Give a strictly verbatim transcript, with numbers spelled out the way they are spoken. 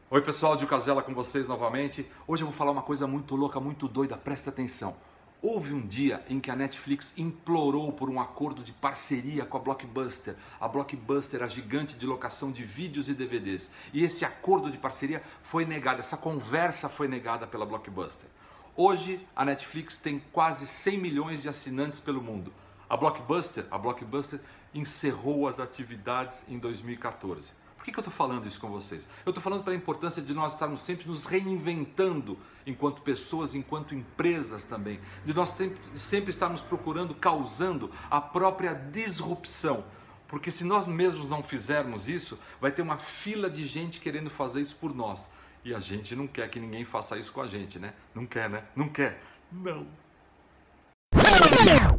Oi pessoal, Gil Casella com vocês novamente. Hoje eu vou falar uma coisa muito louca, muito doida, presta atenção. Houve um dia em que a Netflix implorou por um acordo de parceria com a Blockbuster. A Blockbuster, a gigante de locação de vídeos e D V Ds. E esse acordo de parceria foi negado, essa conversa foi negada pela Blockbuster. Hoje a Netflix tem quase cem milhões de assinantes pelo mundo. A Blockbuster, a Blockbuster encerrou as atividades em dois mil e quatorze. Por que que eu estou falando isso com vocês? Eu estou falando pela importância de nós estarmos sempre nos reinventando enquanto pessoas, enquanto empresas também. De nós sempre, sempre estarmos procurando, causando a própria disrupção. Porque se nós mesmos não fizermos isso, vai ter uma fila de gente querendo fazer isso por nós. E a gente não quer que ninguém faça isso com a gente, né? Não quer, né? Não quer. Não.